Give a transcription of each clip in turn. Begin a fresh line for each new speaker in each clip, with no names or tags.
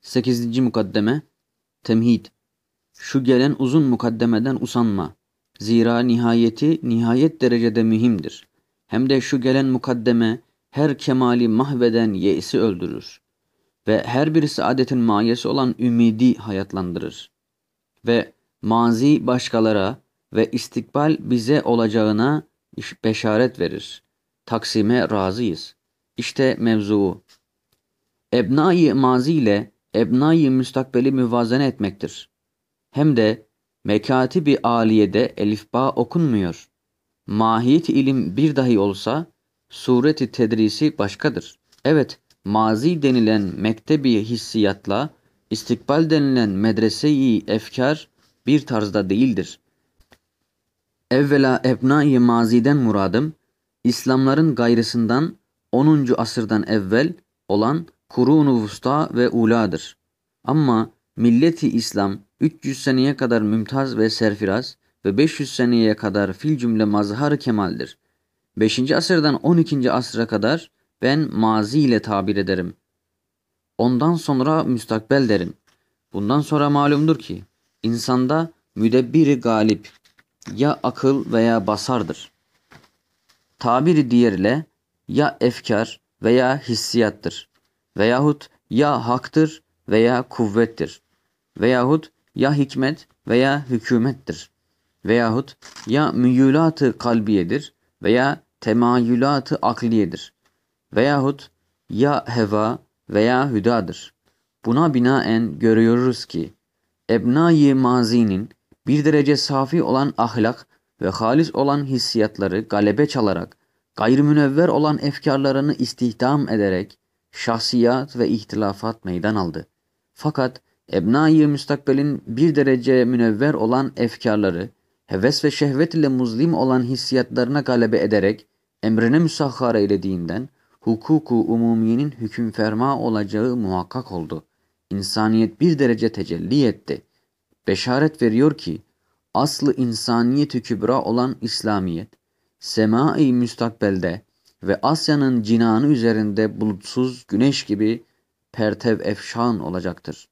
8. Mukaddeme Temhid. Şu gelen uzun mukaddemeden usanma. Zira nihayet derecede mühimdir. Hem de şu gelen mukaddeme her kemali mahveden yeisi öldürür. Ve her bir saadetin mayesi olan ümidi hayatlandırır. Ve mazi başkalara ve istikbal bize olacağına beşaret verir. Taksime razıyız. İşte mevzuu. Ebnai mazi ile ebnai müstakbeli müvazene etmektir. Hem de mekatibi aliyede elifba okunmuyor. Mahiyet ilim bir dahi olsa sureti tedrisi başkadır. Evet, mazi denilen mektebi hissiyatla istikbal denilen medrese-i efkar bir tarzda değildir. Evvela ebnai maziden muradım, İslamların gayrısından 10. asırdan evvel olan Kurun-u Vusta ve Ula'dır. Ama milleti İslam 300 seneye kadar mümtaz ve serfiraz ve 500 seneye kadar fil cümle mazhar kemaldir. 5. asırdan 12. asra kadar ben mazi ile tabir ederim. Ondan sonra müstakbel derim. Bundan sonra malumdur ki insanda müdebbiri galip ya akıl veya basardır. Tabiri diğerle ya efkar veya hissiyattır. Veyahut ya haktır veya kuvvettir. Veyahut ya hikmet veya hükümettir. Veyahut ya müyülat-ı kalbiyedir veya temayülat-ı akliyedir. Veyahut ya heva veya hüdadır. Buna binaen görüyoruz ki ebnai mazinin bir derece safi olan ahlak ve halis olan hissiyatları galebe çalarak, gayrımünevver olan efkarlarını istihdam ederek, şahsiyat ve ihtilafat meydan aldı. Fakat ebnai müstakbelin bir derece münevver olan efkarları, heves ve şehvet ile muzlim olan hissiyatlarına galebe ederek, emrine müsahhar eylediğinden, hukuku umumiyenin hüküm ferma olacağı muhakkak oldu. İnsaniyet bir derece tecelli etti. Beşaret veriyor ki, aslı insaniyet-i kübra olan İslamiyet, semai müstakbelde ve Asya'nın cinanı üzerinde bulutsuz güneş gibi pertev efşan olacaktır.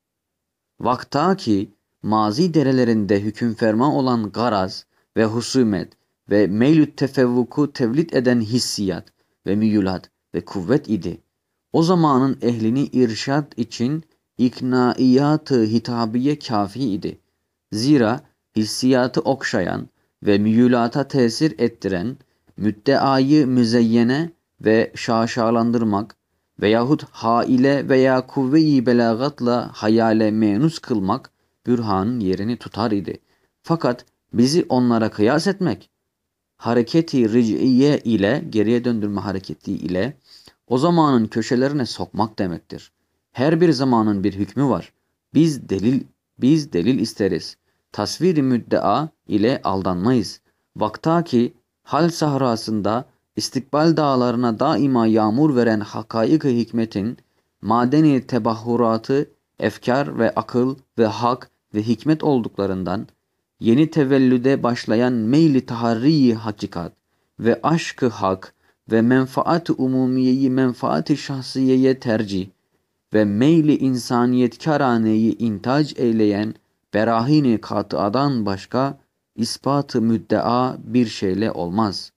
Vakta ki mazi derelerinde hüküm ferma olan garaz ve husumet ve meylü tefevvuku tevlit eden hissiyat ve müyülat ve kuvvet idi. O zamanın ehlini irşad için iknaiyat-ı hitabiye kafi idi. Zira hissiyatı okşayan ve müyülata tesir ettiren, müddeayı müzeyyene ve şaşalandırmak veyahut haile veya kuvve-i belagatla hayale menus kılmak bürhanın yerini tutar idi. Fakat bizi onlara kıyas etmek, hareketi ric'iye ile geriye döndürme hareketi ile o zamanın köşelerine sokmak demektir. Her bir zamanın bir hükmü var. Biz delil isteriz. Tasvir-i müddea ile aldanmayız. Vakta ki hal sahrasında istikbal dağlarına daima yağmur veren hakaik-i hikmetin madeni tebahhuratı efkar ve akıl ve hak ve hikmet olduklarından yeni tevellüde başlayan meyli taharri hakikat ve aşk-ı hak ve menfaat-ı umumiyeyi menfaat-ı şahsiyeye tercih ve meyli insaniyetkarâneyi intac eyleyen berahin-i katıadan başka ispat-ı müddea bir şeyle olmaz.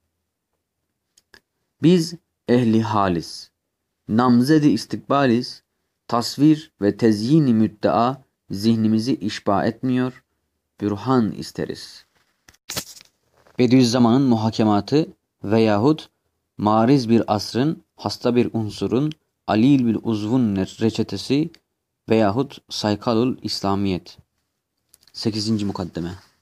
Biz ehli halis, namzed-i istikbaliz, tasvir ve tezyin-i müddea zihnimizi işba etmiyor, bürhan isteriz. Bediüzzaman'ın muhakematı veyahut mariz bir asrın, hasta bir unsurun, alil bir uzvun reçetesi veyahut saykalul İslamiyet. 8. Mukaddeme